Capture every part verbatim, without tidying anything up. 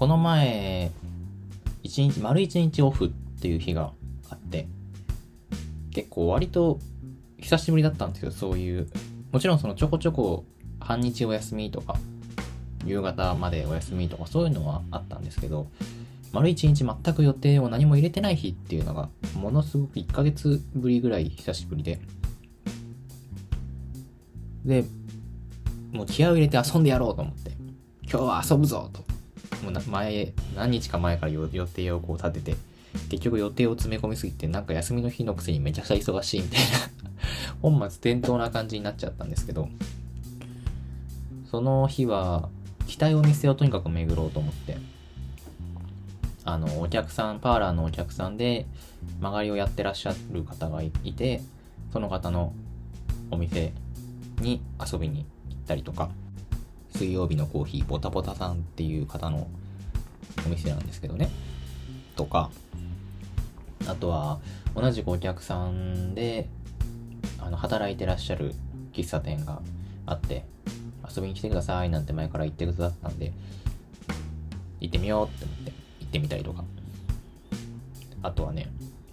この前一日丸一日オフっていう日があって、結構割と久しぶりだったんですよ。そういう、もちろんそのちょこちょこ半日お休みとか夕方までお休みとかそういうのはあったんですけど、丸一日全く予定を何も入れてない日っていうのがものすごくいっかげつぶりぐらい久しぶりで、でもう気合を入れて遊んでやろうと思って、今日は遊ぶぞと、もう前何日か前から予定をこう立てて、結局予定を詰め込みすぎてなんか休みの日のくせにめちゃくちゃ忙しいみたいな本末転倒な感じになっちゃったんですけど、その日は期待お店をとにかく巡ろうと思って、あのお客さんパーラーのお客さんで曲がりをやってらっしゃる方がいて、その方のお店に遊びに行ったりとか、水曜日のコーヒーボタボタさんっていう方のお店なんですけどねとか、あとは同じくお客さんであの働いてらっしゃる喫茶店があって、遊びに来てくださいなんて前から言ってくださったんで行ってみようって思って行ってみたりとか、あとはね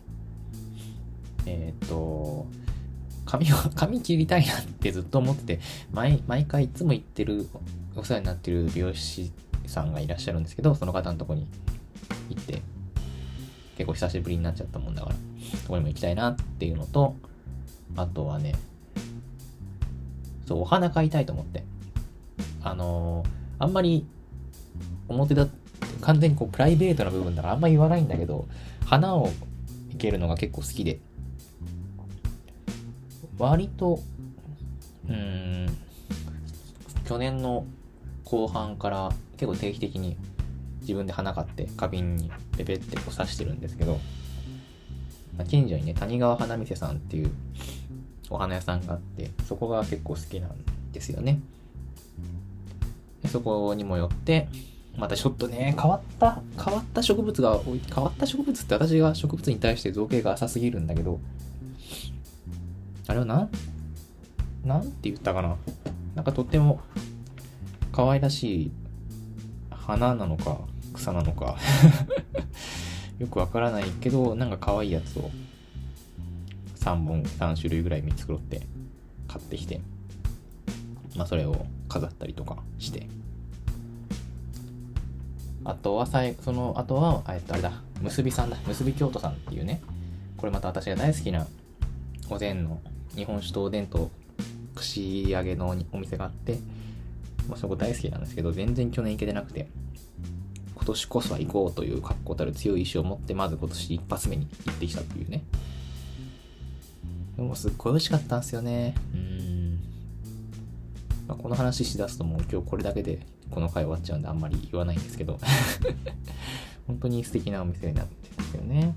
えー、っと髪を髪切りたいなってずっと思ってて、毎毎回いつも行ってるお世話になってる美容師さんがいらっしゃるんですけど、その方のとこに行って結構久しぶりになっちゃったもんだからそこにも行きたいなっていうのと、あとはねそうお花買いたいと思って、あのー、あんまり表だ完全にこうプライベートな部分だからあんまり言わないんだけど、花を生けるのが結構好きで、割とうーん去年の後半から結構定期的に自分で花買って花瓶にペペってこう刺してるんですけど、近所にね谷川花店さんっていうお花屋さんがあって、そこが結構好きなんですよね。でそこにも寄って、またちょっとね変わった変わった植物が多い。変わった植物って私が植物に対して造形が浅すぎるんだけど、あれはなんなんて言ったかな、なんかとっても可愛らしい花なのか草なのかよくわからないけど、なんか可愛いやつをさんぼんさん種類ぐらい見繕って買ってきて、まあそれを飾ったりとかして、あとはさいそのあとはえっとあれだ結びさんだ結び京都さんっていうね、これまた私が大好きなおでんの日本酒とおでんと串揚げのお店があって、まあ、そこ大好きなんですけど、全然去年行けてなくて、今年こそは行こうという確固たる強い意志を持ってまず今年一発目に行ってきたっていうね。でもすっごい美味しかったんですよね。うーん、まあ、この話しだすともう今日これだけでこの回終わっちゃうんであんまり言わないんですけど本当に素敵なお店になってますよね。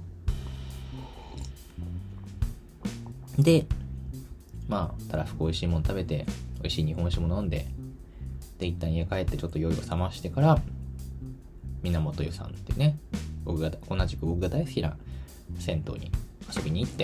でまあたらふく美味しいもの食べて美味しい日本酒も飲んで、で一旦家帰ってちょっと酔いを覚ましてから源湯さんっていうね、僕が同じく僕が大好きな銭湯に遊びに行って、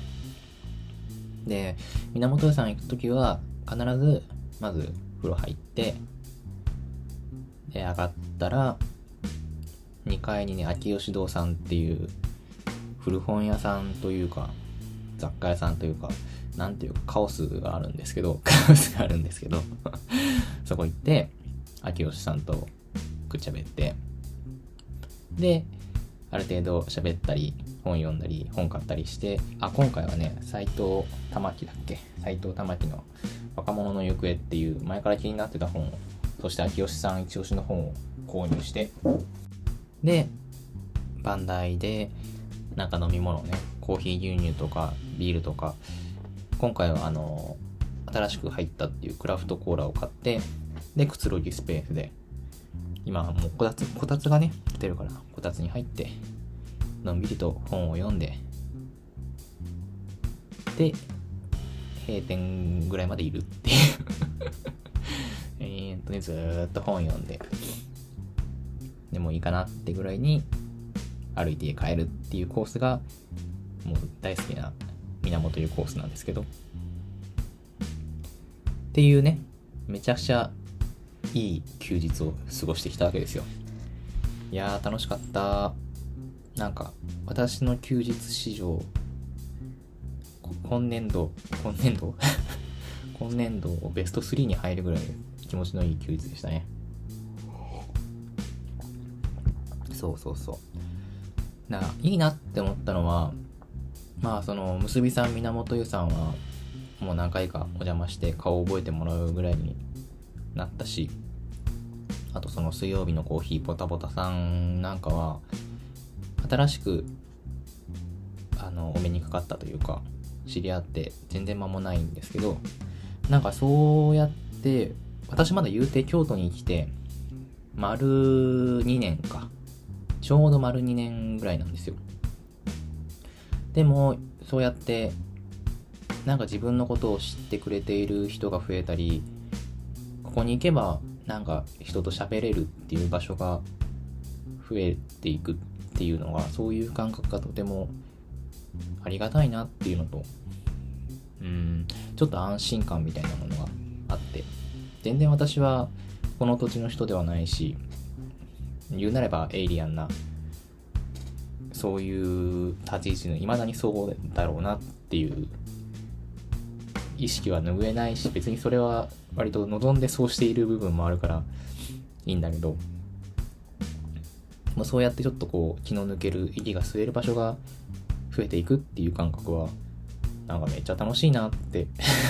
で源湯さん行くときは必ずまず風呂入って、で上がったらにかいにね秋吉堂さんっていう古本屋さんというか雑貨屋さんというかなんていうかカオスがあるんですけどカオスがあるんですけどそこ行って秋吉さんとくっちゃべって、である程度喋ったり本読んだり本買ったりして、あ今回はね斎藤玉樹だっけ斎藤玉樹の若者の行方っていう前から気になってた本を、そして秋吉さん一押しの本を購入して、でバンダイでなんか飲み物ね、コーヒー牛乳とかビールとか、今回はあの新しく入ったっていうクラフトコーラを買って、でくつろぎスペースで今もうこたつこたつがね来てるからこたつに入ってのんびりと本を読んで、で閉店ぐらいまでいるっていうえーっとねずーっと本読んで、でもいいかなってぐらいに歩いて家帰るっていうコースがもう大好きな源湯コースなんですけど、っていうねめちゃくちゃいい休日を過ごしてきたわけですよ。 いやー楽しかった。なんか私の休日史上今年度今年度今年度ベストスリーに入るぐらい気持ちのいい休日でしたね。そうそうそうないいなって思ったのは、まあそのむすびさん源湯さんはもう何回かお邪魔して顔を覚えてもらうぐらいになったし、あとその水曜日のコーヒーポタポタさんなんかは新しくあのお目にかかったというか知り合って全然間もないんですけど、なんかそうやって私まだ言うて京都に来て丸にねんか、ちょうど丸にねんぐらいなんですよ。でもそうやってなんか自分のことを知ってくれている人が増えたり、ここに行けばなんか人と喋れるっていう場所が増えていくっていうのが、そういう感覚がとてもありがたいなっていうのと、うーんちょっと安心感みたいなものがあって、全然私はこの土地の人ではないし、言うなればエイリアンなそういう立ち位置の未だにそうだろうなっていう意識は拭えないし、別にそれは割と望んでそうしている部分もあるからいいんだけど、もうそうやってちょっとこう気の抜ける息が吸える場所が増えていくっていう感覚はなんかめっちゃ楽しいなって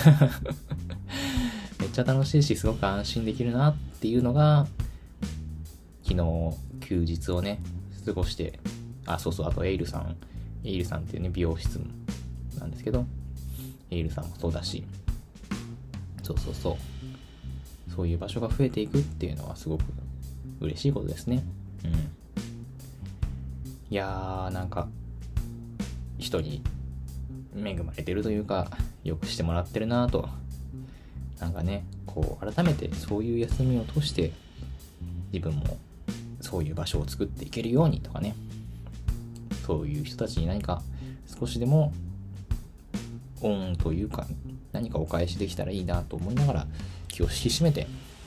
めっちゃ楽しいし、すごく安心できるなっていうのが昨日休日をね過ごして、あそうそうあとエイルさんエイルさんっていうね美容室なんですけど、エイルさんもそうだし、そうそうそうそういう場所が増えていくっていうのはすごく嬉しいことですね。うん。いやーなんか人に恵まれてるというか、よくしてもらってるなぁと、なんかねこう改めてそういう休みを通して自分もそういう場所を作っていけるようにとかね、そういう人たちに何か少しでも恩というか何かお返しできたらいいなと思いながら気を引き締めて、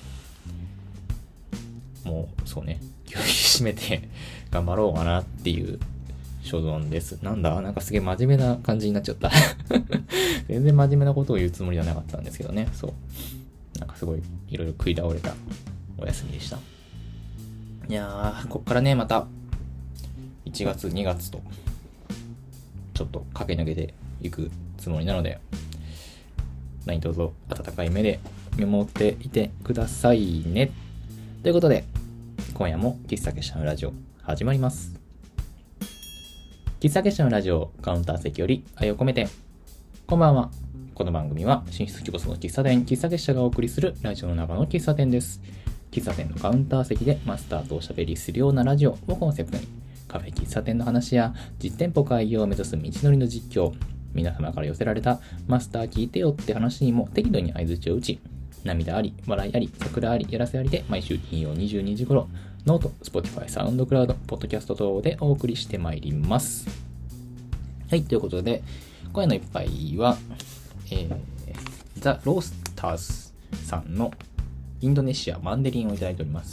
もうそうね気を引き締めて頑張ろうかなっていう所存です。なんだなんかすげえ真面目な感じになっちゃった全然真面目なことを言うつもりはなかったんですけどね。そうなんかすごいいろいろ食い倒れたお休みでした。いやーこっからねまたいちがつにがつとちょっと駆け抜けていくつもりなので、何卒温かい目で見守っていてくださいね。ということで今夜も喫茶結社のラジオ始まります。喫茶結社のラジオカウンター席より愛を込めて。こんばんは。この番組は進出鬼没の喫茶店喫茶結社がお送りするラジオの中の喫茶店です。喫茶店のカウンター席でマスターとおしゃべりするようなラジオをコンセプトに、カフェ喫茶店の話や実店舗開業を目指す道のりの実況、皆様から寄せられたマスター聞いてよって話にも適度に相槌を打ち、涙あり笑いあり桜ありやらせありで毎週金曜にじゅうにじ頃ノート、Spotify、サウンドクラウド、ポッドキャスト等でお送りしてまいります。はい、ということで今夜の一杯は、えー、ザ・ロースターズさんのインドネシアマンデリンをいただいております。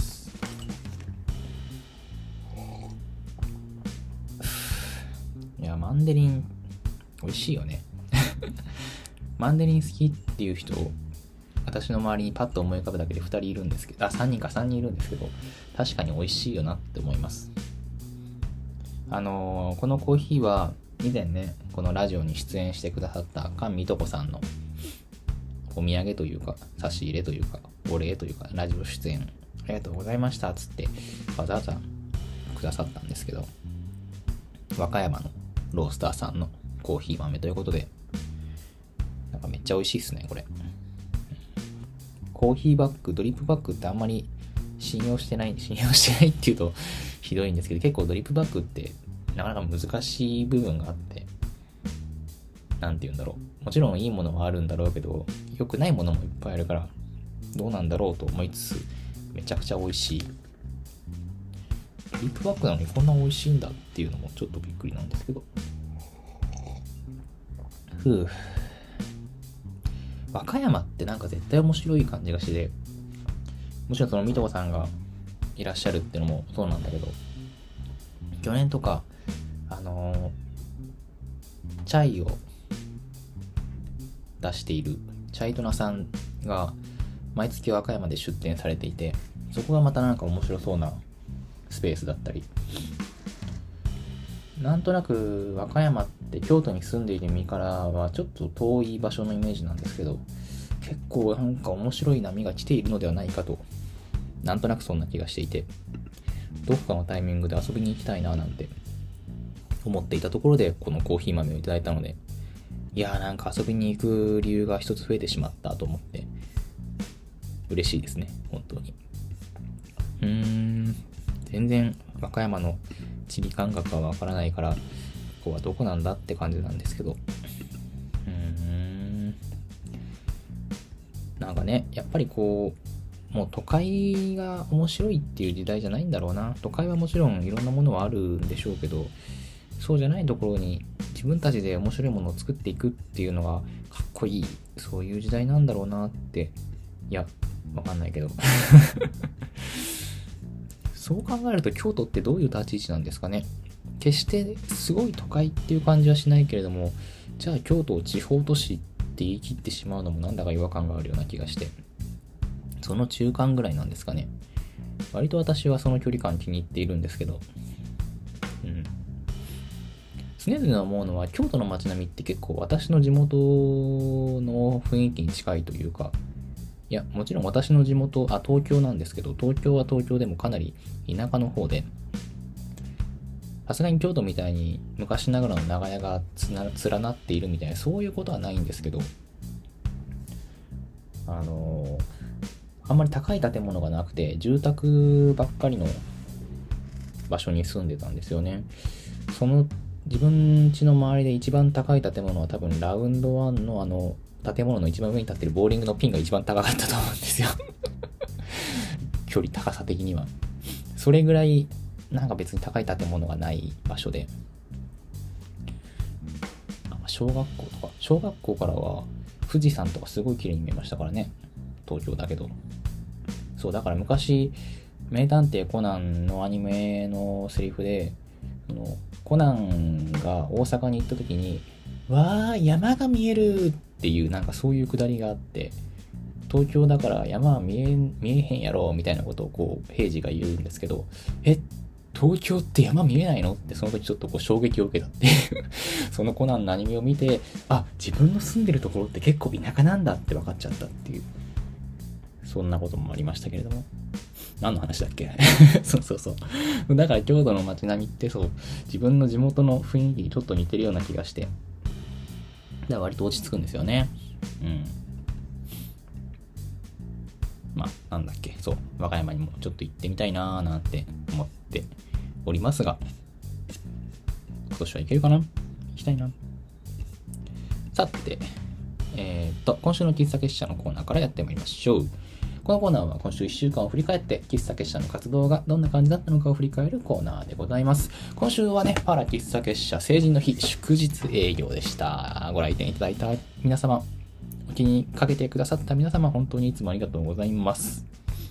いやマンデリン美味しいよねマンデリン好きっていう人私の周りにパッと思い浮かぶだけでふたりいるんですけど、あさんにんかさんにんいるんですけど、確かに美味しいよなって思います。あのー、このコーヒーは以前ねこのラジオに出演してくださった菅美智子さんのお土産というか差し入れというかお礼というかラジオ出演ありがとうございましたっつってわざわざくださったんですけど、和歌山のロースターさんのコーヒー豆ということで、なんかめっちゃ美味しいっすねこれ。コーヒーバッグドリップバッグってあんまり信用してない信用してないっていうとひどいんですけど、結構ドリップバッグってなかなか難しい部分があって、なんて言うんだろう、もちろんいいものはあるんだろうけど良くないものもいっぱいあるからどうなんだろうと思いつつ、めちゃくちゃ美味しいドリップバッグなのにこんな美味しいんだっていうのもちょっとびっくりなんですけど、ふう和歌山ってなんか絶対面白い感じがして、もちろんその水戸さんがいらっしゃるっていうのもそうなんだけど、 去年とかあのー、チャイを出しているチャイトナさんが毎月和歌山で出店されていて、そこがまたなんか面白そうなスペースだったり、なんとなく和歌山って京都に住んでいる身からはちょっと遠い場所のイメージなんですけど、結構なんか面白い波が来ているのではないかと、なんとなくそんな気がしていて、どこかのタイミングで遊びに行きたいななんて思っていたところで、このコーヒー豆をいただいたので、いやーなんか遊びに行く理由が一つ増えてしまったと思って嬉しいですね、本当に。うーん全然和歌山の地理感覚はわからないから、ここはどこなんだって感じなんですけど、うーんなんかね、やっぱりこうもう都会が面白いっていう時代じゃないんだろうな。都会はもちろんいろんなものはあるんでしょうけど、そうじゃないところに自分たちで面白いものを作っていくっていうのがかっこいい、そういう時代なんだろうなって。いやわかんないけどそう考えると京都ってどういう立ち位置なんですかね。決してすごい都会っていう感じはしないけれども、じゃあ京都を地方都市って言い切ってしまうのもなんだか違和感があるような気がして、その中間ぐらいなんですかね。割と私はその距離感気に入っているんですけど、うん常々思うのは、京都の街並みって結構私の地元の雰囲気に近いというか、いやもちろん私の地元あ東京なんですけど、東京は東京でもかなり田舎の方で、さすがに京都みたいに昔ながらの長屋がつな連なっているみたいなそういうことはないんですけど、あのー、あんまり高い建物がなくて住宅ばっかりの場所に住んでたんですよね。その自分家の周りで一番高い建物は多分ラウンドワンのあの建物の一番上に立ってるボーリングのピンが一番高かったと思うんですよ距離高さ的にはそれぐらいなんか別に高い建物がない場所で、小学校とか小学校からは富士山とかすごい綺麗に見えましたからね、東京だけど。そうだから昔名探偵コナンのアニメのセリフで、そのコナンが大阪に行った時にわー山が見えるっていうなんかそういうくだりがあって、東京だから山は見え見えへんやろみたいなことをこう平次が言うんですけど、え東京って山見えないのってその時ちょっとこう衝撃を受けたっていうそのコナンのアニメを見て、あ自分の住んでるところって結構田舎なんだって分かっちゃったっていう、そんなこともありましたけれども、何の話だっけそうそうそうだから京都の街並みってそう自分の地元の雰囲気にちょっと似てるような気がして、だから割と落ち着くんですよね。うんまあなんだっけ、そう和歌山にもちょっと行ってみたいなーなんて思っておりますが、今年は行けるかな、行きたいな。さてえー、っと今週の喫茶結社のコーナーからやってまいりましょう。このコーナーは今週いっしゅうかんを振り返って喫茶結社の活動がどんな感じだったのかを振り返るコーナーでございます。今週はね、パラ喫茶結社成人の日祝日営業でした。ご来店いただいた皆様、お気にかけてくださった皆様、本当にいつもありがとうございます。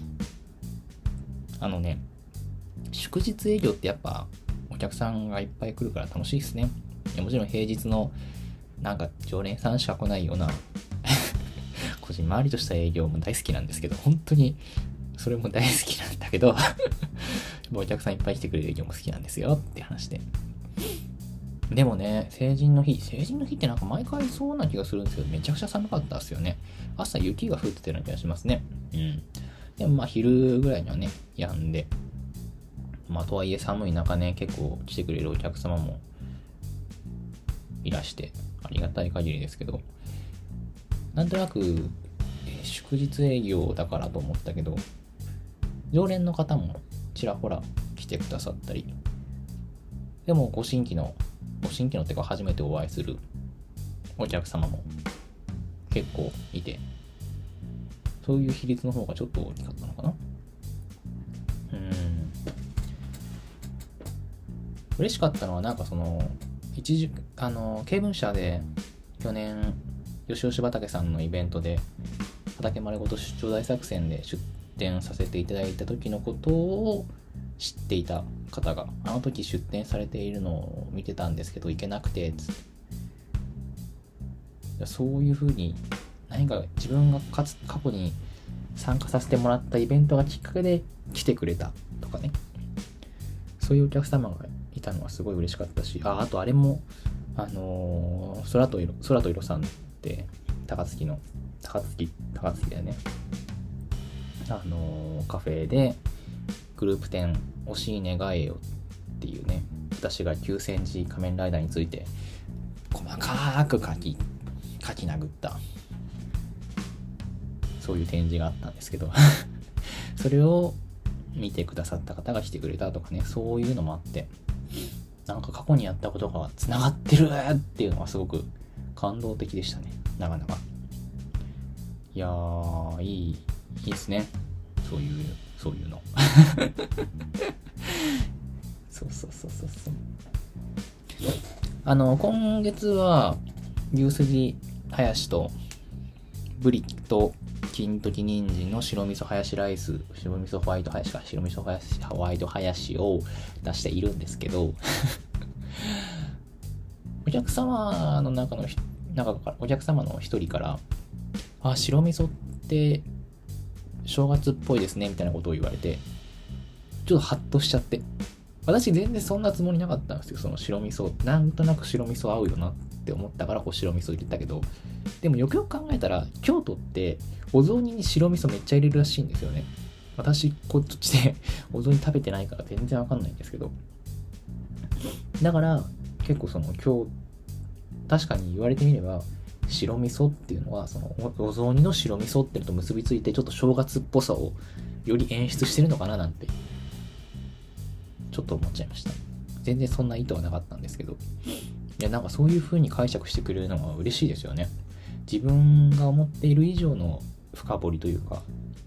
あのね、祝日営業ってやっぱお客さんがいっぱい来るから楽しいですね。いやもちろん平日のなんか常連さんしか来ないようなこじんまりとした営業も大好きなんですけど、本当にそれも大好きなんだけどお客さんいっぱい来てくれる営業も好きなんですよって話で。でもね、成人の日成人の日ってなんか毎回そうな気がするんですけど、めちゃくちゃ寒かったですよね。朝雪が降ってたような気がしますね。うんでもまあ昼ぐらいにはね止んで、まあとはいえ寒い中ね結構来てくれるお客様もいらしてありがたい限りですけど、なんとなく、えー、祝日営業だからと思ったけど、常連の方もちらほら来てくださったり、でもご新規のご新規のってか初めてお会いするお客様も結構いて、そういう比率の方がちょっと大きかったのかな。うーん嬉しかったのはなんかその一時あの経文社で去年吉吉畑さんのイベントで畑丸ごと出張大作戦で出展させていただいた時のことを知っていた方があの時出展されているのを見てたんですけど行けなくてつって、そういう風に何か自分がかつ過去に参加させてもらったイベントがきっかけで来てくれたとかね、そういうお客様がいたのはすごい嬉しかったし、ああとあれもあのー、空と色空と色さんって高槻の高槻高槻だよね、あのー、カフェでグループ展惜しい願えよっていうね、私がきゅうセンチ仮面ライダーについて細かく書き書き殴ったそういう展示があったんですけどそれを見てくださった方が来てくれたとかね、そういうのもあって、なんか過去にやったことがつながってるっていうのがすごく感動的でしたね。なかなかいやーいいいいですね、そういうそういうのそうそうそうそうそうあの今月は牛すじハヤシとブリと金時人参の白味噌ハヤシライス、白味噌ホワイトハヤシか白味噌ハヤシホワイトハヤシを出しているんですけどお客様の中の中からお客様の一人からあ白味噌って正月っぽいですねみたいなことを言われて、ちょっとハッとしちゃって、私全然そんなつもりなかったんですよ。その白味噌なんとなく白味噌合うよなって思ったからこう白味噌入れたけど、でもよくよく考えたら京都ってお雑煮に白味噌めっちゃ入れるらしいんですよね。私こっちでお雑煮食べてないから全然わかんないんですけど、だから結構その今日確かに言われてみれば白味噌っていうのはそのお雑煮の白味噌っていうのと結びついてちょっと正月っぽさをより演出してるのかななんてちょっと思っちゃいました。全然そんな意図はなかったんですけど、いやなんかそういう風に解釈してくれるのは嬉しいですよね。自分が思っている以上の深掘りというか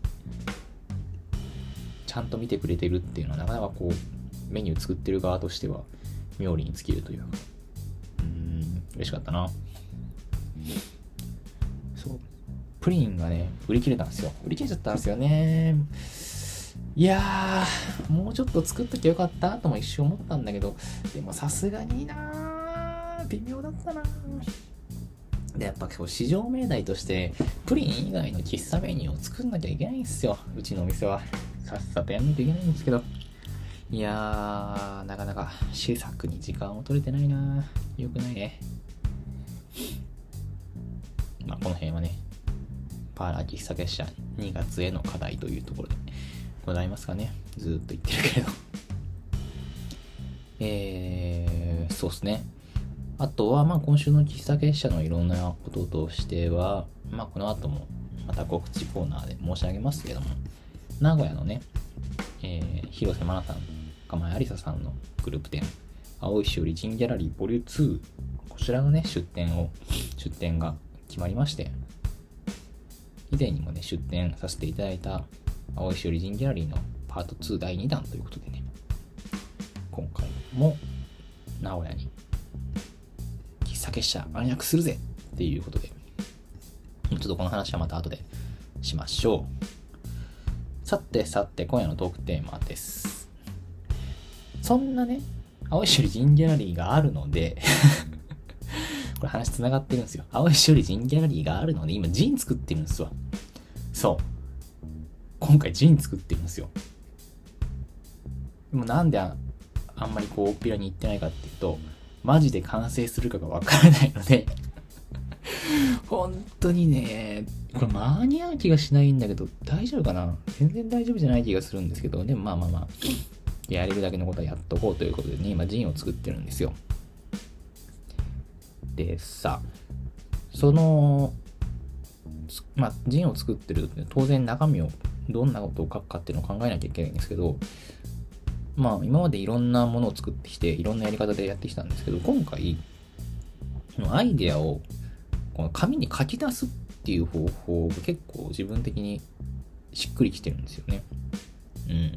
ちゃんと見てくれてるっていうのはなかなかこうメニュー作ってる側としては妙利に尽きるというか、うーん嬉しかったな。そうプリンがね売り切れたんですよ。売り切れちゃったんですよね。いやーもうちょっと作っときゃよかったとも一瞬思ったんだけど、でもさすがになー微妙だったなー。でやっぱこう市場命題としてプリン以外の喫茶メニューを作んなきゃいけないんですよ、うちのお店は。さっさとやんなきゃいけないんですけど、いやーなかなか試作に時間を取れてないなー。よくないね。まあこの辺はねパーラー喫茶結社にがつへの課題というところでございますかね。ずーっと言ってるけれどえーそうですね。あとはまあ今週の喫茶結社のいろんなこととしては、まあこの後もまた告知コーナーで申し上げますけれども、名古屋のね、えー、広瀬真奈さん、釜井ありささんのグループ展、青いしおりジンギャラリーボリューツー、こちらのね出展を出展が決まりまして、以前にもね出展させていただいた青いしおりジンギャラリーのパートツーだいにだんということでね、今回も名古屋に喫茶結社暗躍するぜっていうことで、ちょっとこの話はまた後でしましょう。さてさて今夜のトークテーマです。そんなね青いしおりジンギャラリーがあるのでこれ話つながってるんですよ。青いしおりジンギャラリーがあるので今ジン作ってるんですわ。そう今回ジン作ってるんですよ。でもなんで あ, あんまりこうおっぴらに言ってないかっていうと、マジで完成するかがわからないので本当にねこれ間に合う気がしないんだけど大丈夫かな。全然大丈夫じゃない気がするんですけど、でもまあまあまあやれるだけのことはやっとこうということでね今ジンを作ってるんですよ。でさそのまあジンを作ってると当然中身をどんなことを書くかっていうのを考えなきゃいけないんですけど、まあ今までいろんなものを作ってきていろんなやり方でやってきたんですけど、今回アイデアをこの紙に書き出すっていう方法が結構自分的にしっくりきてるんですよね。うん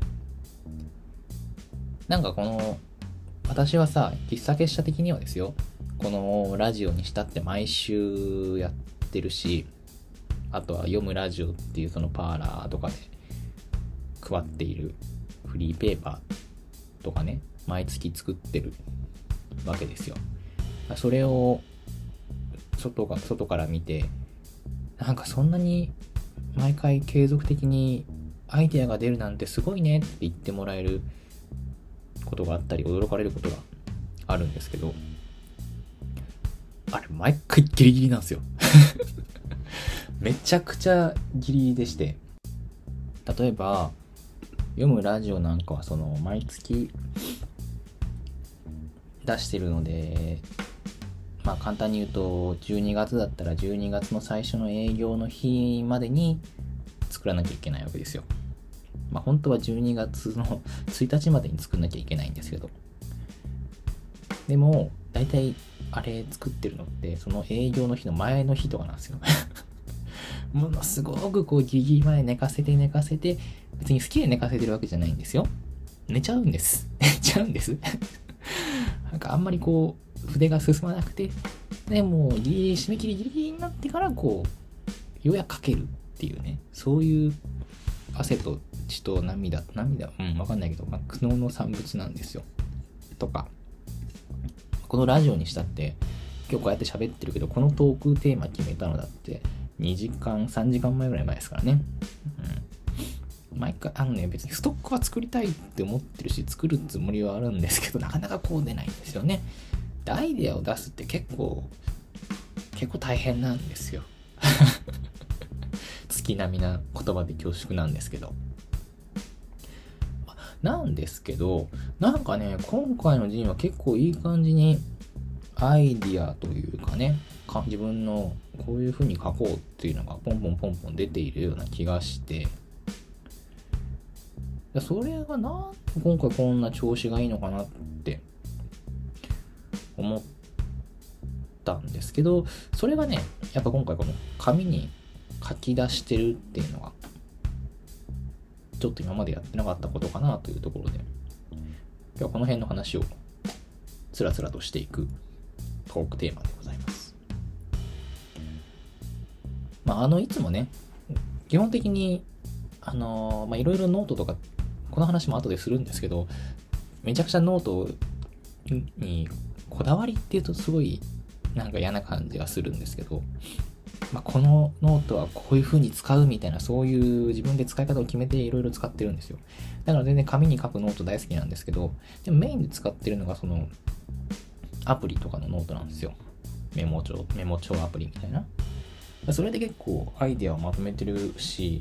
なんかこの私はさ喫茶結社的にはですよ、このラジオにしたって毎週やってるし、あとは読むラジオっていうそのパーラーとかで配っているフリーペーパーとかね、毎月作ってるわけですよ。それを外が外から見て、なんかそんなに毎回継続的にアイデアが出るなんてすごいねって言ってもらえることがあったり、驚かれることがあるんですけど、あれ毎回ギリギリなんですよめちゃくちゃギリギリでして、例えば読むラジオなんかはその毎月出してるので、まあ簡単に言うとじゅうにがつだったらじゅうにがつの最初の営業の日までに作らなきゃいけないわけですよ。まあ本当はじゅうにがつのついたちまでに作んなきゃいけないんですけど、でも大体あれ作ってるのってその営業の日の前の日とかなんですよものすごくこうギリギリまで寝かせて寝かせて、別に好きで寝かせてるわけじゃないんですよ。寝ちゃうんです寝ちゃうんですなんかあんまりこう筆が進まなくて、でもうギリギリ締め切りギリギリになってからこうようやく書けるっていうね、そういう汗と血と涙涙うんわかんないけど、まあ、苦悩の産物なんですよ。とかこのラジオにしたって今日こうやって喋ってるけど、このトークテーマ決めたのだってにじかんさんじかんまえぐらい前ですからね。うん、毎回あのね別にストックは作りたいって思ってるし作るつもりはあるんですけど、なかなかこう出ないんですよね。でアイデアを出すって結構結構大変なんですよ月並みな言葉で恐縮なんですけど、なんですけどなんかね今回のジンは結構いい感じにアイディアというかね、か自分のこういう風に書こうっていうのがポンポンポンポン出ているような気がして、それがなんで今回こんな調子がいいのかなって思ったんですけど、それがねやっぱ今回この紙に書き出してるっていうのがちょっと今までやってなかったことかなというところで、今日はこの辺の話をつらつらとしていくトークテーマでございます。まああのいつもね基本的にあのー、まあいろいろノートとかこの話も後でするんですけど、めちゃくちゃノートにこだわりっていうとすごいなんか嫌な感じがするんですけど、まあ、このノートはこういう風に使うみたいな、そういう自分で使い方を決めていろいろ使ってるんですよ。だから全然紙に書くノート大好きなんですけど、でもメインで使ってるのがそのアプリとかのノートなんですよ。メモ帳、メモ帳アプリみたいな。それで結構アイデアをまとめてるし、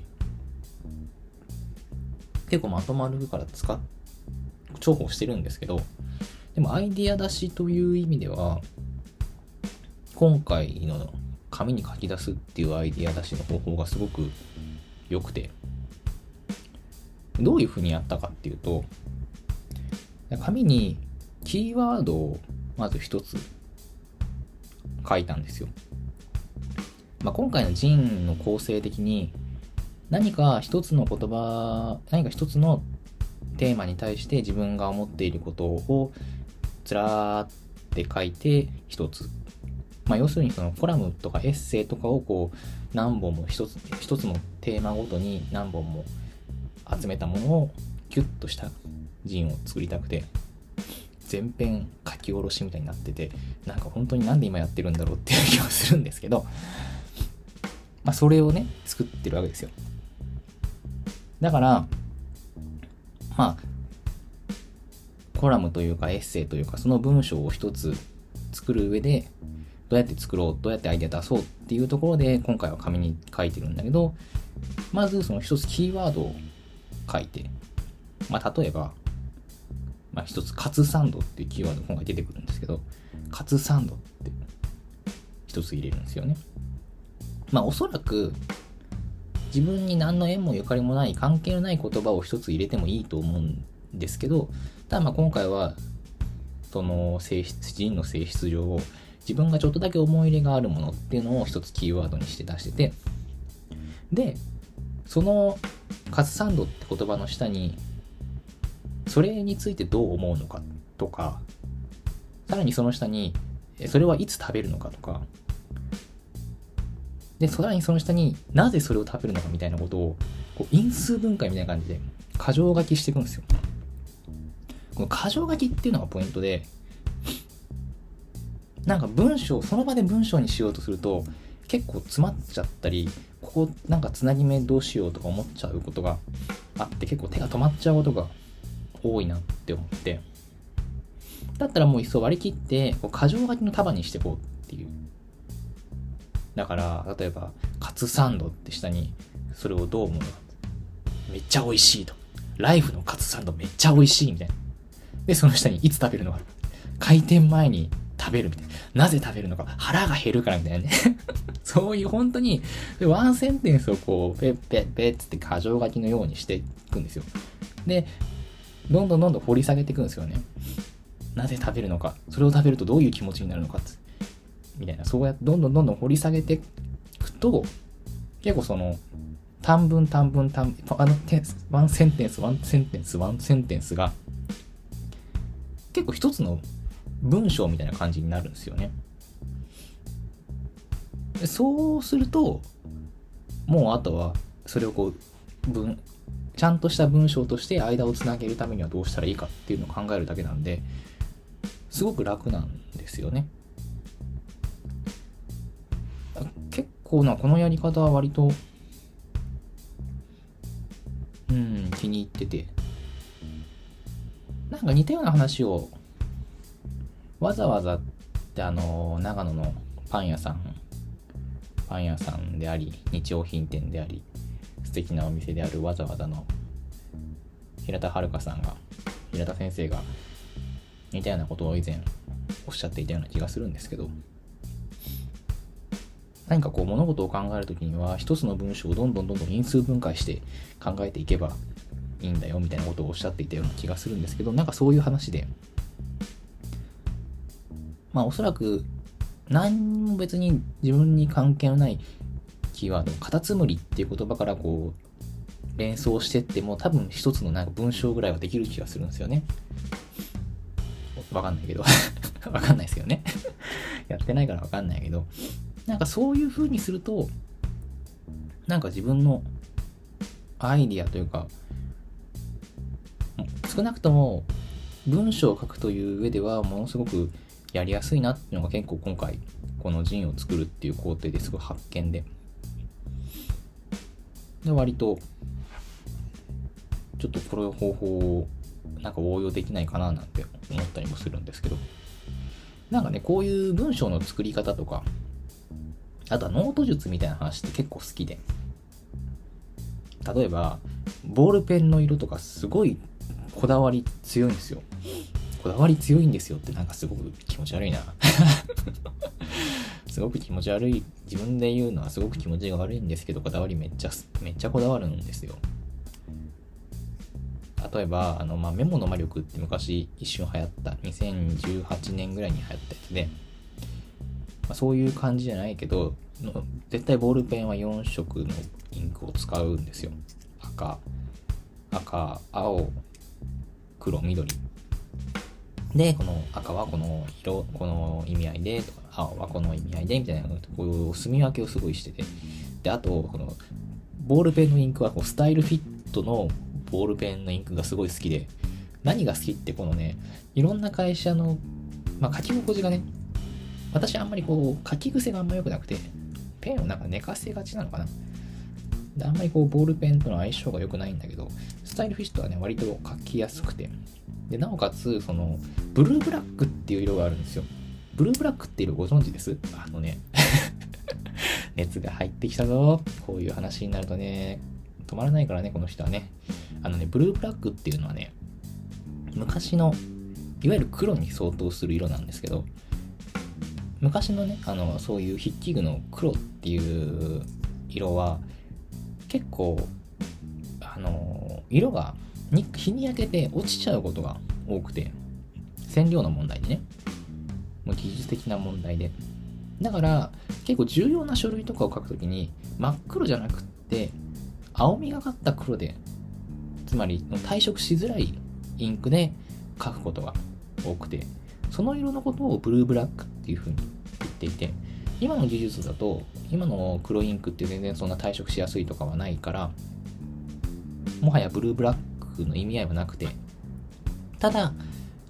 結構まとまるから使っ重宝してるんですけど、でもアイデア出しという意味では今回の紙に書き出すっていうアイデア出しの方法がすごく良くて、どういう風にやったかっていうと、紙にキーワードをまず一つ書いたんですよ。まあ、今回のジンの構成的に何か一つの言葉、何か一つのテーマに対して自分が思っていることをつらーって書いて一つ、まあ要するにそのコラムとかエッセイとかをこう何本も一つ一つのテーマごとに何本も集めたものをキュッとしたジンを作りたくて、全編書き下ろしみたいになってて、なんか本当になんで今やってるんだろうっていう気がするんですけど、まあそれをね作ってるわけですよ。だからまあコラムというかエッセイというかその文章を一つ作る上でどうやって作ろう、どうやってアイデア出そうっていうところで今回は紙に書いてるんだけど、まずその一つキーワードを書いて、まあ例えばまあ一つカツサンドっていうキーワードが今回出てくるんですけど、カツサンドって一つ入れるんですよね。まあおそらく自分に何の縁もゆかりもない関係のない言葉を一つ入れてもいいと思うんですけど、ただまあ今回はその性質、人の性質上自分がちょっとだけ思い入れがあるものっていうのを一つキーワードにして出してて、でそのカツサンドって言葉の下にそれについてどう思うのかとか、さらにその下にそれはいつ食べるのかとかで、さらにその下になぜそれを食べるのかみたいなことをこう因数分解みたいな感じで箇条書きしていくんですよ。 この箇条書きっていうのがポイントで、なんか文章その場で文章にしようとすると結構詰まっちゃったり、ここなんかつなぎ目どうしようとか思っちゃうことがあって、結構手が止まっちゃうことが多いなって思って、だったらもういっそ割り切ってこう箇条書きの束にしていこうっていう。だから例えばカツサンドって下にそれをどう思うの、めっちゃ美味しいと、ライフのカツサンドめっちゃ美味しいみたいな。でその下にいつ食べるのか、開店前に食べるみたいな、なぜ食べるのか、腹が減るからみたいなねそういう本当にワンセンテンスをこうペッペッペッつって箇条書きのようにしていくんですよ。でどんどんどんどん掘り下げていくんですよね。なぜ食べるのか、それを食べるとどういう気持ちになるのかみたいな、そうやってどんどんどんどん掘り下げていくと、結構その短文短文短文あのワンセンテンスワンセンテンスワンセンテンスが結構一つの文章みたいな感じになるんですよね。でそうするともうあとはそれをこう文ちゃんとした文章として間をつなげるためにはどうしたらいいかっていうのを考えるだけなんで、すごく楽なんですよね。結構なこのやり方は割とうん気に入ってて、なんか似たような話をわざわざってあの長野のパン屋さんパン屋さんであり日用品店であり素敵なお店であるわざわざの平田遥さんが平田先生が似たようなことを以前おっしゃっていたような気がするんですけど、何かこう物事を考えるときには一つの文章をどんどんどんどん因数分解して考えていけばいいんだよみたいなことをおっしゃっていたような気がするんですけど、なんかそういう話で、まあおそらく何も別に自分に関係のないキーワード、カタツムリっていう言葉からこう連想してっても多分一つのなんか文章ぐらいはできる気がするんですよね。わかんないけどわかんないですけどねやってないからわかんないけど、なんかそういう風にするとなんか自分のアイディアというか、少なくとも文章を書くという上ではものすごくやりやすいなっていうのが結構今回このジンを作るっていう工程ですごい発見で、で割とちょっとこの方法をなんか応用できないかななんて思ったりもするんですけど、なんかねこういう文章の作り方とか、あとはノート術みたいな話って結構好きで、例えばボールペンの色とかすごいこだわり強いんですよ。こだわり強いんですよってなんかすごく気持ち悪いなすごく気持ち悪い、自分で言うのはすごく気持ちが悪いんですけど、こだわりめっちゃめっちゃこだわるんですよ。例えばあの、まあ、メモの魔力って昔一瞬流行ったにせんじゅうはちねんぐらいに流行ったやつで、まあ、そういう感じじゃないけど絶対ボールペンはよん色のインクを使うんですよ。赤赤青黒緑で、この赤はこの色この意味合いでとか、青はこの意味合いでみたいな、こういう住み分けをすごいしてて、であとこのボールペンのインクはこうスタイルフィットのボールペンのインクがすごい好きで、何が好きってこのね、いろんな会社の、まあ、書き心地がね、私あんまりこう書き癖があんま良くなくて、ペンをなんか寝かせがちなのかな。であんまりこうボールペンとの相性が良くないんだけど、スタイルフィットはね割と書きやすくて、でなおかつそのブルーブラックっていう色があるんですよ。ブルーブラックっていう色ご存知です？あのね熱が入ってきたぞ。こういう話になるとね止まらないからね、この人はね。あのねブルーブラックっていうのはね、昔のいわゆる黒に相当する色なんですけど、昔のねあのそういう筆記具の黒っていう色は結構あの色が日に焼けて落ちちゃうことが多くて、染料の問題でね、もう技術的な問題で、だから結構重要な書類とかを書くときに真っ黒じゃなくって青みがかった黒で、つまり退色しづらいインクで書くことが多くて、その色のことをブルーブラックっていう風に言っていて、今の技術だと今の黒インクって全然そんな退色しやすいとかはないから、もはやブルーブラックの意味合いはなくて、ただ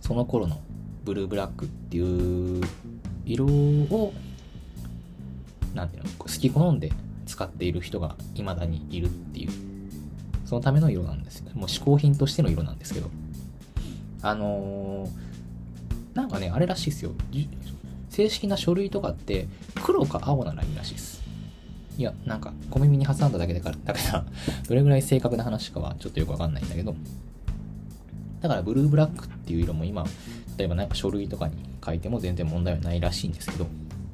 その頃のブルーブラックっていう色をなんていうの好き好んで使っている人が未だにいるっていう、そのための色なんですよ。もう嗜好品としての色なんですけど、あのー、なんかねあれらしいですよ。正式な書類とかって黒か青ならいいらしいです。いや、なんか小耳に挟んだだけだから、だからどれぐらい正確な話かはちょっとよくわかんないんだけど、だからブルーブラックっていう色も今、例えばなんか書類とかに書いても全然問題はないらしいんですけど、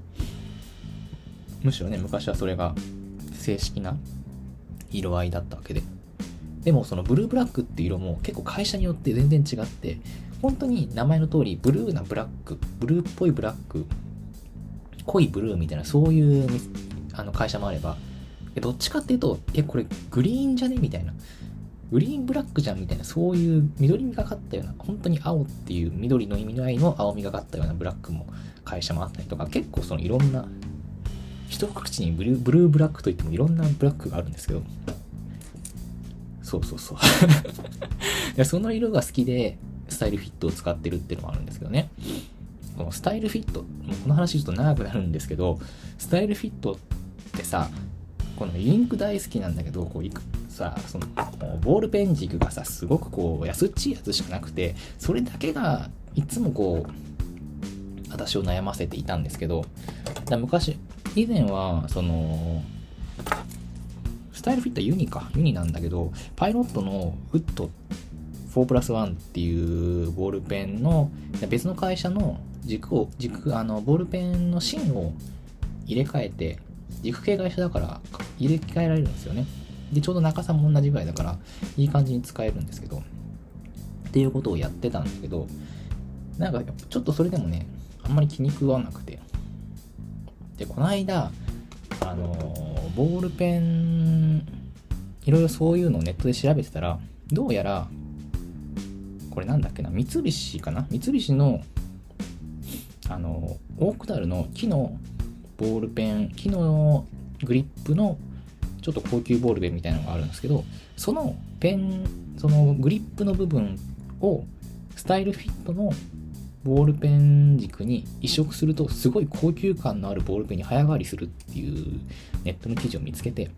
むしろね、昔はそれが正式な色合いだったわけで、でもそのブルーブラックっていう色も結構会社によって全然違って、本当に名前の通りブルーなブラック、ブルーっぽいブラック、濃いブルーみたいな、そういうあの会社もあれば、どっちかっていうと、え、これグリーンじゃねみたいな、グリーンブラックじゃんみたいな、そういう緑みがかったような、本当に青っていう緑の意味の合いの青みがかったようなブラックも会社もあったりとか、結構そのいろんな、一口にブルー、ブルーブラックといってもいろんなブラックがあるんですけど、そうそうそうでその色が好きでスタイルフィットを使ってるっていうのもあるんですけどね。このスタイルフィット、もうこの話ちょっと長くなるんですけど、スタイルフィットってさ、このインク大好きなんだけど、こういくさ、そのボールペン軸がさ、すごくこう安っちいやつしかなくて、それだけがいつもこう私を悩ませていたんですけど、だ昔以前はそのスタイルフィットはユニかユニなんだけど、パイロットのウッドフォープラスワンっていうボールペンの別の会社の軸を軸あのボールペンの芯を入れ替えて、軸系会社だから入れ替えられるんですよね。でちょうど長さも同じぐらいだからいい感じに使えるんですけど、っていうことをやってたんだけど、なんかちょっとそれでもねあんまり気に食わなくて、でこの間あのボールペンいろいろそういうのをネットで調べてたら、どうやらこれなんだっけな、三菱かな、三菱のあのオークダルの木のボールペン、木のグリップのちょっと高級ボールペンみたいなのがあるんですけど、そのペン、そのグリップの部分をスタイルフィットのボールペン軸に移植するとすごい高級感のあるボールペンに早変わりするっていうネットの記事を見つけて、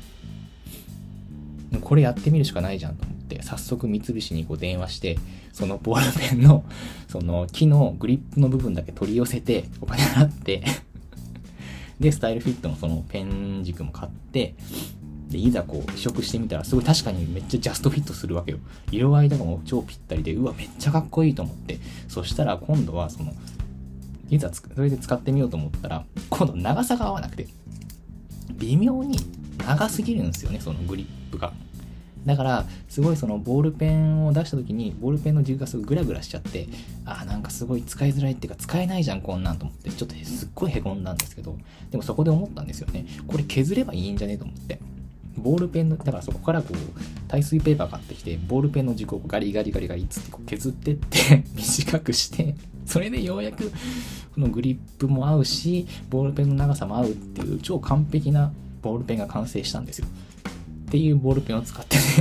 これやってみるしかないじゃんと思って早速三菱にこう電話して、そのボールペンのその木のグリップの部分だけ取り寄せてお金払ってでスタイルフィットのそのペン軸も買って、でいざこう移植してみたらすごい確かにめっちゃジャストフィットするわけよ。色合いとかも超ぴったりで、うわめっちゃかっこいいと思って、そしたら今度はそのいざそれで使ってみようと思ったら、今度長さが合わなくて微妙に長すぎるんですよね、そのグリップが。だからすごいそのボールペンを出した時にボールペンの軸がすごいグラグラしちゃって、あーなんかすごい使いづらいっていうか使えないじゃんこんなんと思って、ちょっとすっごいへこんだんですけど、でもそこで思ったんですよね、これ削ればいいんじゃねえと思って、ボールペンのだからそこからこう耐水ペーパー買ってきて、ボールペンの軸をガリガリガリガリつってこう削ってって短くして、それでようやくこのグリップも合うしボールペンの長さも合うっていう超完璧なボールペンが完成したんですよっていうボールペンを使ってね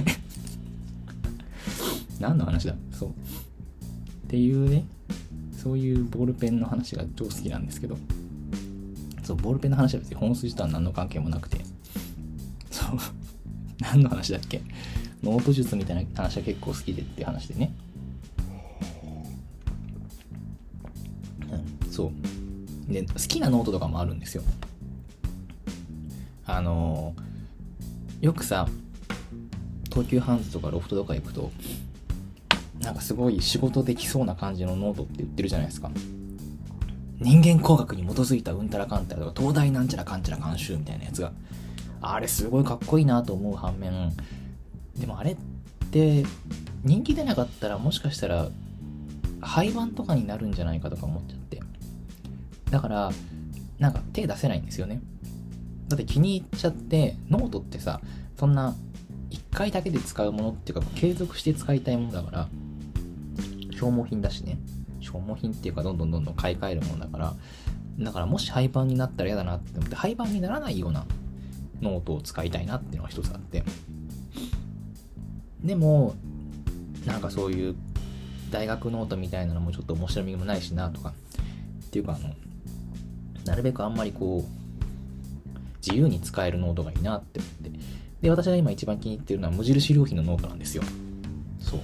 何の話だ、そうっていうね、そういうボールペンの話が超好きなんですけど、そうボールペンの話は別に本筋とは何の関係もなくて、そう何の話だっけ、ノート術みたいな話は結構好きでっていう話でね、うん、そうで好きなノートとかもあるんですよ。あのよくさ東急ハンズとかロフトとか行くとなんかすごい仕事できそうな感じのノートって言ってるじゃないですか。人間工学に基づいたうんたらかんたらとか東大なんちゃらかんちゃら監修みたいなやつが、あれすごいかっこいいなと思う反面、でもあれって人気出なかったらもしかしたら廃盤とかになるんじゃないかとか思っちゃって、だからなんか手出せないんですよね。だって気に入っちゃって、ノートってさそんないっかいだけで使うものっていうか継続して使いたいものだから、消耗品だしね、消耗品っていうかどんどんどんどん買い替えるものだから、だからもし廃盤になったら嫌だなって思って、廃盤にならないようなノートを使いたいなっていうのが一つあって、でもなんかそういう大学ノートみたいなのもちょっと面白みもないしなとかっていうか、あのなるべくあんまりこう自由に使えるノートがいいなって思って、で私が今一番気に入ってるのは無印良品のノートなんですよ。そう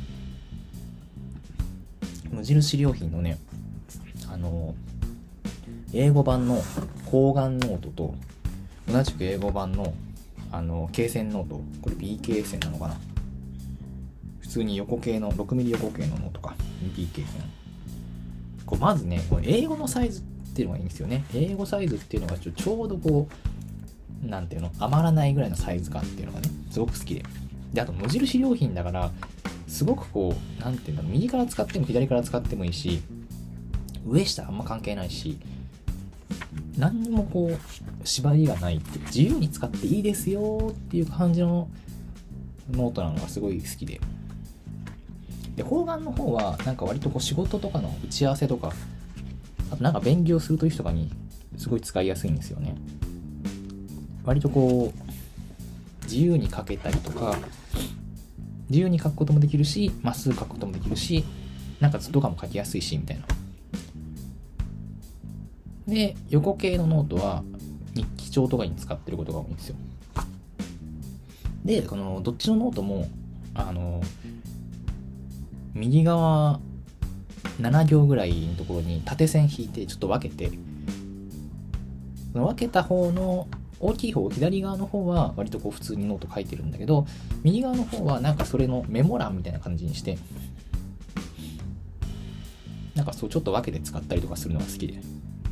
無印良品のね、あの英語版の方眼ノートと同じく英語版のあの罫線ノート、これ ビーケー 線なのかな、普通に横系の ろくミリ 横系のノートか ビーケー 線、こうまずねこれ英語のサイズっていうのがいいんですよね。英語サイズっていうのがちょ、ちょうどこうなんていうの余らないぐらいのサイズ感っていうのがねすごく好きで、であと無印良品だからすごくこうなんていうの右から使っても左から使ってもいいし、上下あんま関係ないし、何にもこう縛りがないって自由に使っていいですよっていう感じのノートなのがすごい好きで、で方眼の方はなんか割とこう仕事とかの打ち合わせとか、あとなんか勉強するという人とかにすごい使いやすいんですよね。割とこう自由に書けたりとか、自由に書くこともできるし、まっすぐ書くこともできるし、なんか図とかも書きやすいしみたいな。で横系のノートは日記帳とかに使ってることが多いんですよ。でこのどっちのノートもあの右側なな行ぐらいのところに縦線引いてちょっと分けて、その分けた方の大きい方、左側の方は割とこう普通にノート書いてるんだけど、右側の方はなんかそれのメモ欄みたいな感じにして、なんかそうちょっと分けて使ったりとかするのが好きで。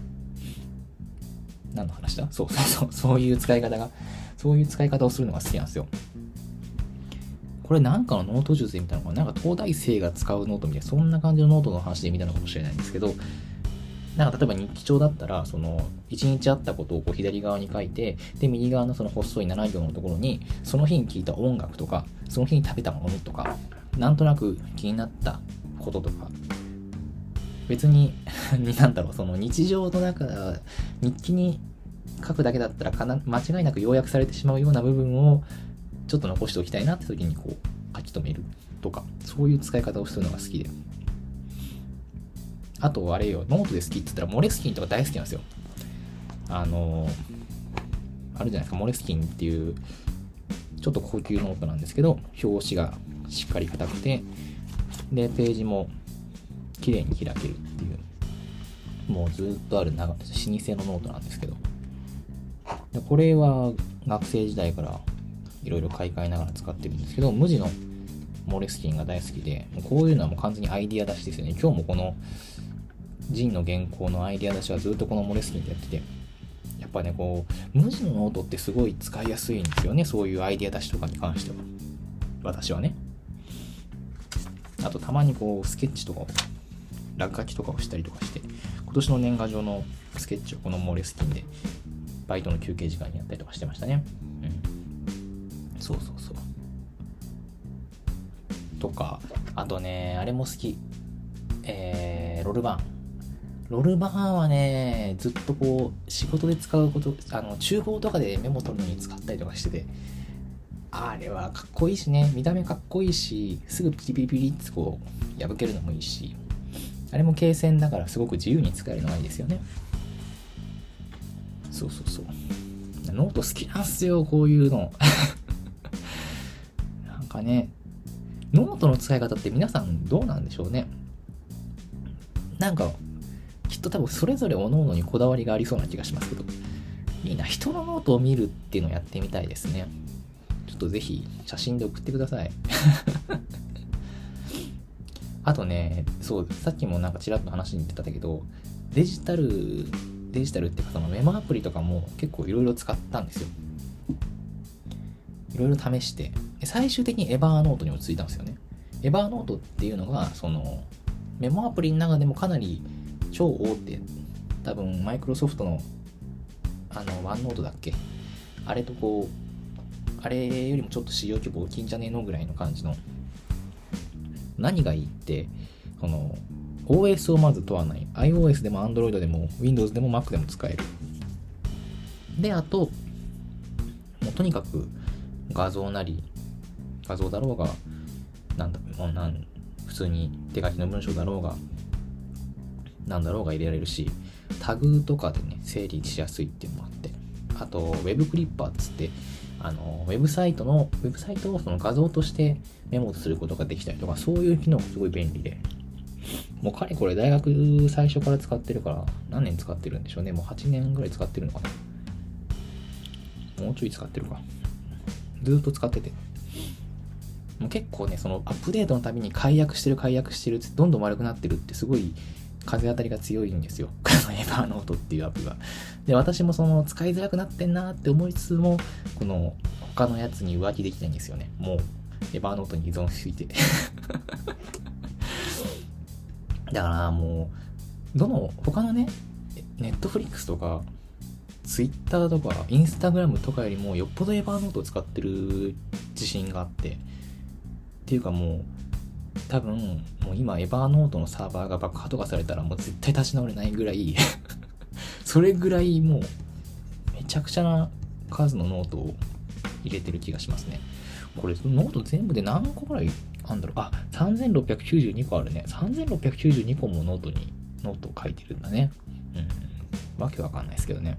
何の話だ？そうそうそう、そういう使い方が、そういう使い方をするのが好きなんですよ。これなんかのノート術で見たのかな、なんか東大生が使うノートみたいな、そんな感じのノートの話で見たのかもしれないんですけど、なんか例えば日記帳だったら、そのいちにちあったことをこう左側に書いて、で右側のその細いなな行のところにその日に聴いた音楽とか、その日に食べたものとか、なんとなく気になったこととか、別になんだろう、その日常の中日記に書くだけだったらかな間違いなく要約されてしまうような部分をちょっと残しておきたいなって時にこう書き留めるとか、そういう使い方をするのが好きで、あとあれよ、ノートで好きって言ったらモレスキンとか大好きなんですよ。あのあるじゃないですか、モレスキンっていうちょっと高級ノートなんですけど、表紙がしっかり硬くて、でページも綺麗に開けるっていう、もうずっとある長老舗のノートなんですけど、でこれは学生時代からいろいろ買い替えながら使ってるんですけど、無地のモレスキンが大好きで、こういうのはもう完全にアイディア出しですよね。今日もこのジンの原稿のアイディア出しはずっとこのモレスキンでやってて、やっぱねこう無地のノートってすごい使いやすいんですよね、そういうアイディア出しとかに関しては。私はね、あとたまにこうスケッチとかを落書きとかをしたりとかして、今年の年賀状のスケッチをこのモレスキンでバイトの休憩時間にやったりとかしてましたね。うん、そうそうそう。とか、あとね、あれも好き。えー、ロルバーン。ロルバーンはね、ずっとこう、仕事で使うこと、あの、厨房とかでメモ取るのに使ったりとかしてて、あれはかっこいいしね、見た目かっこいいし、すぐピリピリピリってこう、破けるのもいいし、あれも罫線だからすごく自由に使えるのがいいですよね。そうそうそう。ノート好きなんすよ、こういうの。なんかね、ノートの使い方って皆さんどうなんでしょうね。なんか、きっと多分それぞれ各々にこだわりがありそうな気がしますけど、いいな、人のノートを見るっていうのをやってみたいですね。ちょっとぜひ写真で送ってください。あとね、そう、さっきもなんかちらっと話に出たんだけど、デジタル、デジタルっていうかそのメモアプリとかも結構いろいろ使ったんですよ。いろいろ試して、最終的にエバーノートに落ち着いたんですよね。エバーノートっていうのが、その、メモアプリの中でもかなり超大手、多分マイクロソフトの、あの、ワンノートだっけ、あれとこう、あれよりもちょっと使用規模大きいんじゃねえのぐらいの感じの、何がいいって、この オーエス をまず問わない。iOS でも Android でも Windows でも Mac でも使える。で、あと、もうとにかく画像なり、画像だろうが、なんだろう、なん普普通に手書きの文章だろうがなんだろうが入れられるし、タグとかでね整理しやすいっていうのもあって、あとウェブクリッパーっつってあのウェブサイトのウェブサイトをその画像としてメモすることができたりとか、そういう機能がすごい便利で、もうかれこれ大学最初から使ってるから、何年使ってるんでしょうね。もうはちねんぐらい使ってるのかな、もうちょい使ってるか、ずーっと使ってて、もう結構ねそのアップデートのたびに解約してる解約してるってどんどん悪くなってるってすごい風当たりが強いんですよこのエヴァーノートっていうアプリは。で私もその使いづらくなってんなって思いつつも、この他のやつに浮気できないんですよね。もうエヴァーノートに依存しすぎてだからもうどの他のねネットフリックスとかツイッターとかインスタグラムとかよりもよっぽどエヴァーノートを使ってる自信があって、っていうかもう多分もう今エヴァーノートのサーバーが爆破とかされたらもう絶対立ち直れないぐらいそれぐらいもうめちゃくちゃな数のノートを入れてる気がしますね。これノート全部で何個ぐらいあんだろう。あ、さんぜんろっぴゃくきゅうじゅうにこあるね。さんぜんろっぴゃくきゅうじゅうにこもノートにノートを書いてるんだね。うん、わけわかんないですけどね。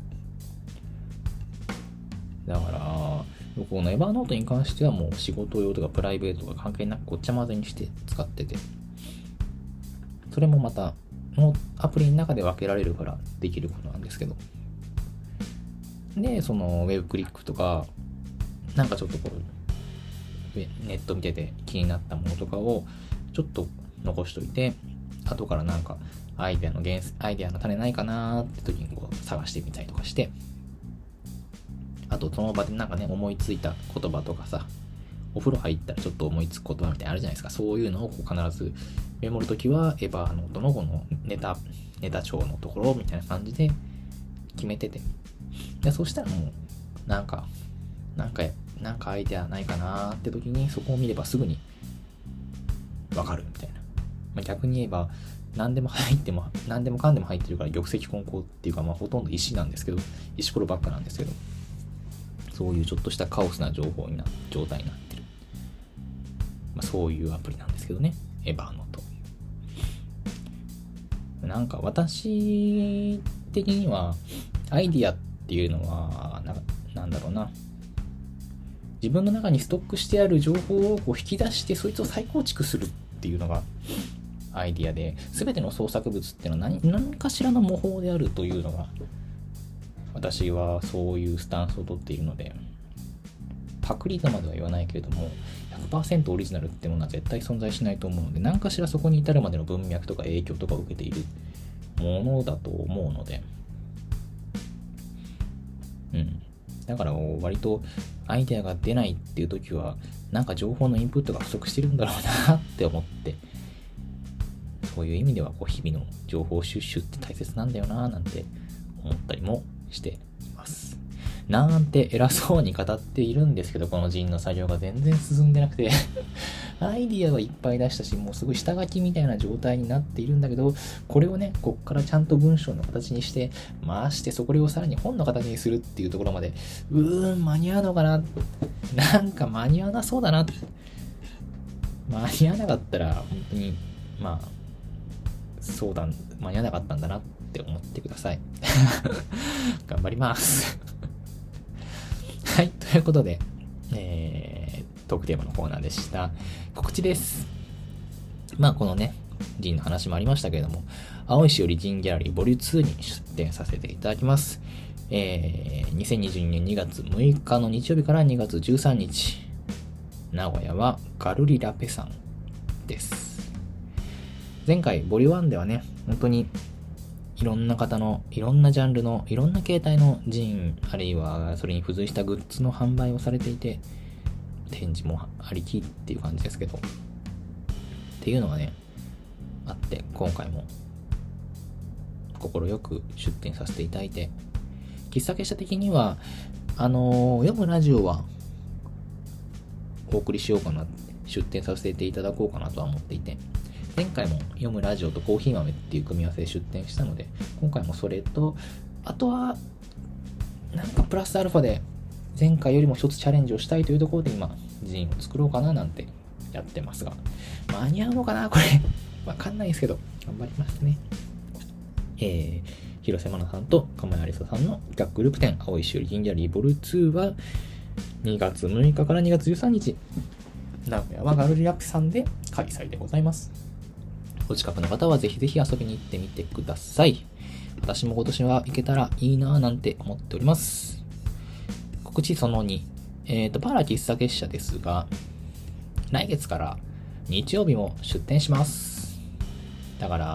だからこのエヴァーノートに関してはもう仕事用とかプライベートとか関係なくごっちゃ混ぜにして使ってて、それもまたもうアプリの中で分けられるからできることなんですけど、でそのウェブクリックとかなんかちょっとこうネット見てて気になったものとかをちょっと残しといて、後からなんかアイデアの原アイデアの種ないかなーって時にこう探してみたりとかして、あとその場でなんかね思いついた言葉とかさ、お風呂入ったらちょっと思いつく言葉みたいなのあるじゃないですか。そういうのをこう必ずメモるときはエヴァーノートのこのネタネタ帳のところみたいな感じで決めてて、でそうしたらもうなんかなんかなんかアイデアないかなーって時にそこを見ればすぐにわかるみたいな、まあ、逆に言えば何でも入っても何でもかんでも入ってるから玉石混交っていうか、まあほとんど石なんですけど、石ころばっかなんですけど、そういうちょっとしたカオスな情報にな状態になってる、まあ、そういうアプリなんですけどね、エヴァーノート。なんか私的にはアイディアっていうのは な, なんだろうな自分の中にストックしてある情報をこう引き出してそいつを再構築するっていうのがアイディアで、全ての創作物っていうのは 何, 何かしらの模倣であるというのが私はそういうスタンスを取っているので、パクリとまでは言わないけれども ひゃくパーセント オリジナルってものは絶対存在しないと思うので、何かしらそこに至るまでの文脈とか影響とかを受けているものだと思うので、うんだから割とアイデアが出ないっていう時はなんか情報のインプットが不足してるんだろうなって思って、そういう意味ではこう日々の情報収集って大切なんだよななんて思ったりもしています。なんて偉そうに語っているんですけど、この人の作業が全然進んでなくてアイディアはいっぱい出したし、もうすごい下書きみたいな状態になっているんだけど、これをねこっからちゃんと文章の形にして回して、そこをさらに本の形にするっていうところまでうーん間に合うのかな、なんか間に合わなそうだな、間に合わなかったら本当にまあそうだ間に合わなかったんだなって思ってください頑張りますはい、ということで、えー、トークテーマのコーナーでした。告知です。まあこのねジンの話もありましたけれども、青いしおりジンギャラリーボリューツーに出展させていただきます。えー、にせんにじゅうにねんにがつむいかの日曜日からにがつじゅうさんにち、名古屋はガルリラペさんです。前回ボリューワンではね本当にいろんな方のいろんなジャンルのいろんな形態のジン、あるいはそれに付随したグッズの販売をされていて、展示もありきっていう感じですけど、っていうのがねあって、今回も心よく出展させていただいて、喫茶結社的にはあのー、読むラジオはお送りしようかな、出展させていただこうかなとは思っていて、前回も読むラジオとコーヒー豆っていう組み合わせで出展したので、今回もそれと、あとはなんかプラスアルファで前回よりも一つチャレンジをしたいというところで今ジンを作ろうかななんてやってますが、間に合うのかなこれ。わかんないですけど、頑張りますね。えー、広瀬真奈さんと釜谷有沙さんの企画グループ展、青いしおり銀ギャリーボルツーはにがつむいかからにがつじゅうさんにち、名古屋はガルリラックさんで開催でございます。お近くの方はぜひぜひ遊びに行ってみてください。私も今年は行けたらいいなぁなんて思っております。告知そのに、えっと、パーラ喫茶結社ですが、来月から日曜日も出店します。だから、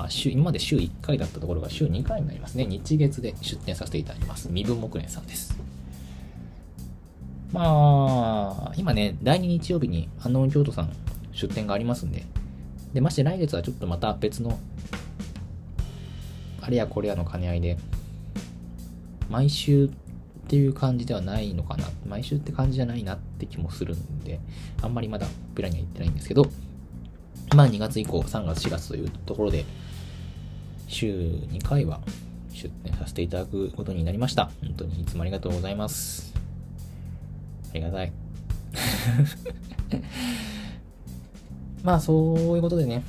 週、今まで週いっかいだったところが週にかいになりますね。日月で出店させていただきます。身分木蓮さんです。まあ、今ね、だいに日曜日に安納京都さん出店がありますんで、で、まして来月はちょっとまた別の、あれやこれやの兼ね合いで、毎週っていう感じではないのかな。毎週って感じじゃないなって気もするんで、あんまりまだプラには言ってないんですけど、まあにがつ以降、さんがつしがつというところで、週にかいは出店させていただくことになりました。本当にいつもありがとうございます。ありがたい。まあそういうことでね、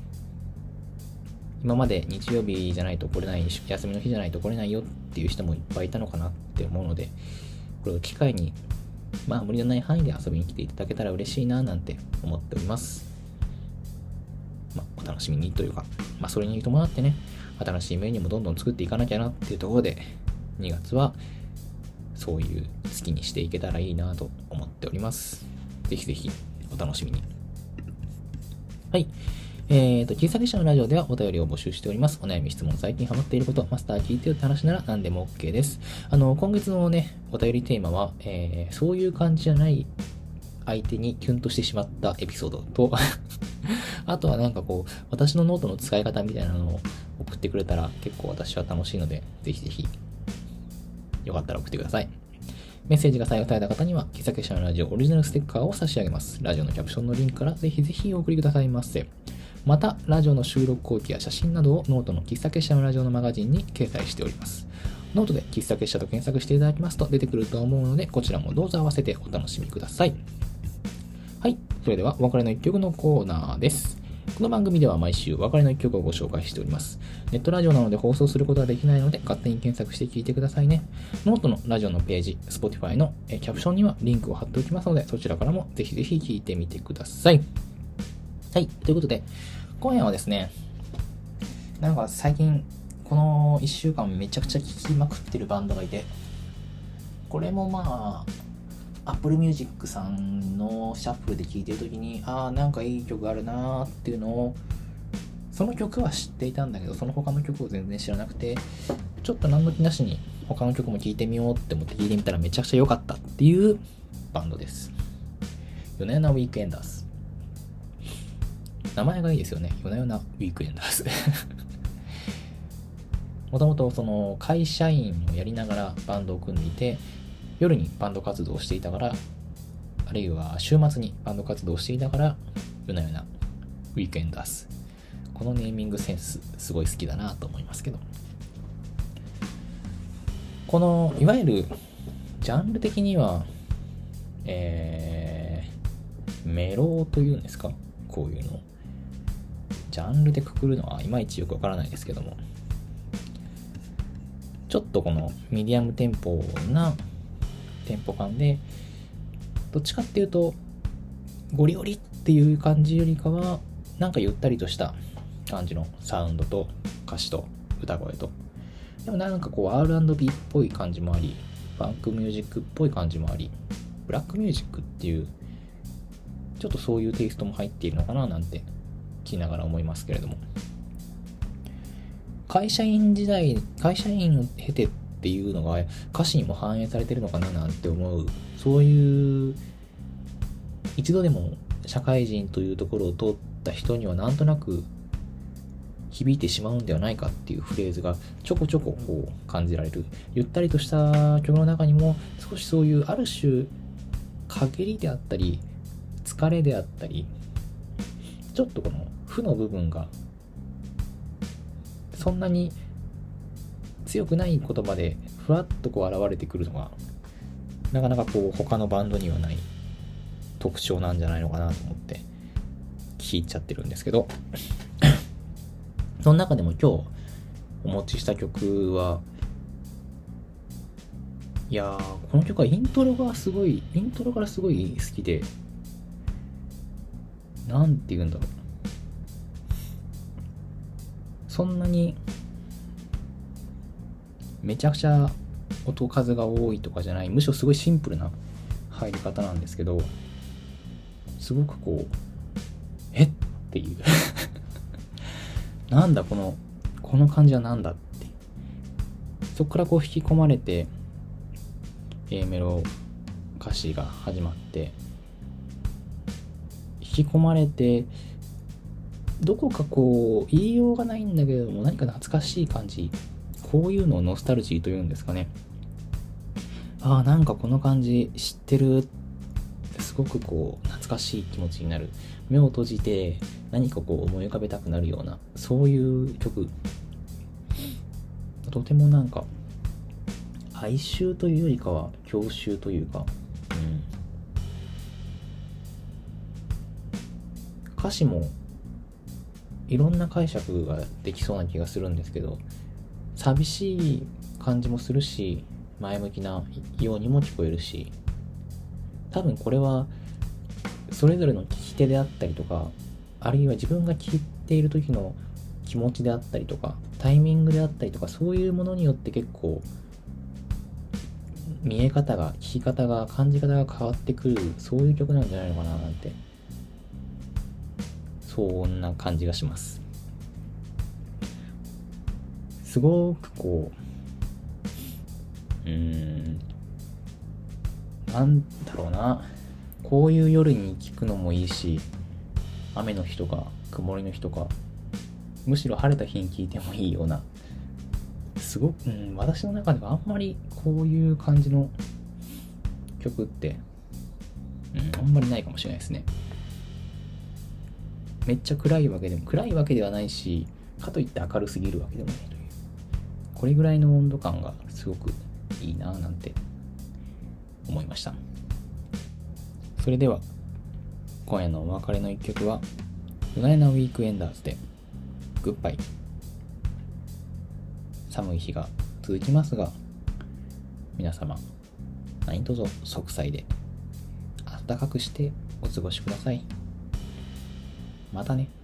今まで日曜日じゃないと来れない、休みの日じゃないと来れないよっていう人もいっぱいいたのかなって思うので、これを機会に、まあ無理のない範囲で遊びに来ていただけたら嬉しいななんて思っております。まあお楽しみにというか、まあそれに伴ってね、新しいメニューもどんどん作っていかなきゃなっていうところで、にがつはそういう月にしていけたらいいなと思っております。ぜひぜひお楽しみに。はい。えーと、喫茶結社のラジオではお便りを募集しております。お悩み、質問、最近ハマっていること、マスター聞いてよって話なら何でも OK です。あの、今月のね、お便りテーマは、えー、そういう感じじゃない相手にキュンとしてしまったエピソードと、あとはなんかこう、私のノートの使い方みたいなのを送ってくれたら結構私は楽しいので、ぜひぜひ、よかったら送ってください。メッセージが採用された方には、喫茶結社のラジオオリジナルステッカーを差し上げます。ラジオのキャプションのリンクからぜひぜひお送りくださいませ。また、ラジオの収録後期や写真などをノートの喫茶結社のラジオのマガジンに掲載しております。ノートで喫茶結社と検索していただきますと出てくると思うので、こちらもどうぞ合わせてお楽しみください。はい。それでは、お別れの一曲のコーナーです。この番組では毎週お別れの一曲をご紹介しております。ネットラジオなので放送することはできないので、勝手に検索して聞いてくださいね。ノートのラジオのページ、Spotify のキャプションにはリンクを貼っておきますので、そちらからもぜひぜひ聞いてみてください。はい。ということで、今夜はですね、なんか最近、このいっしゅうかんめちゃくちゃ聴きまくってるバンドがいて、これもまあ、Apple Music さんのシャッフルで聴いてるときに、ああ、なんかいい曲あるなーっていうのを、その曲は知っていたんだけど、その他の曲を全然知らなくて、ちょっと何の気なしに他の曲も聴いてみようって思って聴いてみたらめちゃくちゃ良かったっていうバンドです。夜な夜なウィークエンダーズ。名前がいいですよね。夜な夜なウィークエンダーズ。もともとその会社員をやりながらバンドを組んでいて、夜にバンド活動をしていたから、あるいは週末にバンド活動をしていたから、夜な夜なウィークエンダーズ。このネーミングセンスすごい好きだなと思いますけど、このいわゆるジャンル的には、えー、メローというんですか、こういうのジャンルでくくるのはいまいちよくわからないですけども、ちょっとこのミディアムテンポなテンポ感で、どっちかっていうとゴリゴリっていう感じよりかは、なんかゆったりとした感じのサウンドと歌詞と歌声と、でもなんかこう アールアンドビー っぽい感じもあり、ファンクミュージックっぽい感じもあり、ブラックミュージックっていうちょっとそういうテイストも入っているのかななんて聞きながら思いますけれども、会社員時代、会社員を経てっていうのが歌詞にも反映されてるのかななんて思う、そういう一度でも社会人というところを通った人にはなんとなく響いてしまうんではないかっていうフレーズがちょこちょここう感じられる。ゆったりとした曲の中にも少しそういうある種陰りであったり疲れであったり、ちょっとこの負の部分がそんなに強くない言葉でふわっとこう現れてくるのがなかなかこう他のバンドにはない特徴なんじゃないのかなと思って聞いちゃってるんですけどその中でも今日お持ちした曲はいやーこの曲はイントロがすごいイントロからすごい好きで、なんて言うんだろう、そんなにめちゃくちゃ音数が多いとかじゃない、むしろすごいシンプルな入り方なんですけど、すごくこうえっていうなんだこのこの感じはなんだって、そこからこう引き込まれて A メロ歌詞が始まって、引き込まれてどこかこう言いようがないんだけれども、何か懐かしい感じ、こういうのをノスタルジーというんですかね。ああ、なんかこの感じ知ってる、すごくこう懐かしい気持ちになる、目を閉じて何かこう思い浮かべたくなるような、そういう曲、とてもなんか哀愁というよりかは郷愁というか、うん、歌詞もいろんな解釈ができそうな気がするんですけど、寂しい感じもするし、前向きなようにも聞こえるし、多分これはそれぞれの聞き手であったりとか、あるいは自分が聞いている時の気持ちであったりとか、タイミングであったりとか、そういうものによって結構見え方が、聞き方が、感じ方が変わってくる、そういう曲なんじゃないのかななんて、そんな感じがします。すごくこう、うーん、なんだろうな、こういう夜に聴くのもいいし、雨の日とか曇りの日とか、むしろ晴れた日に聴いてもいいような、すごく、うん、私の中ではあんまりこういう感じの曲って、うん、あんまりないかもしれないですね。めっちゃ暗いわけでも暗いわけではないし、かといって明るすぎるわけでもないという、これぐらいの温度感がすごくいいななんて思いました。それでは今夜のお別れの一曲は夜な夜なウィークエンダーズでグッバイ。寒い日が続きますが、皆様何卒息災で暖かくしてお過ごしください。またね。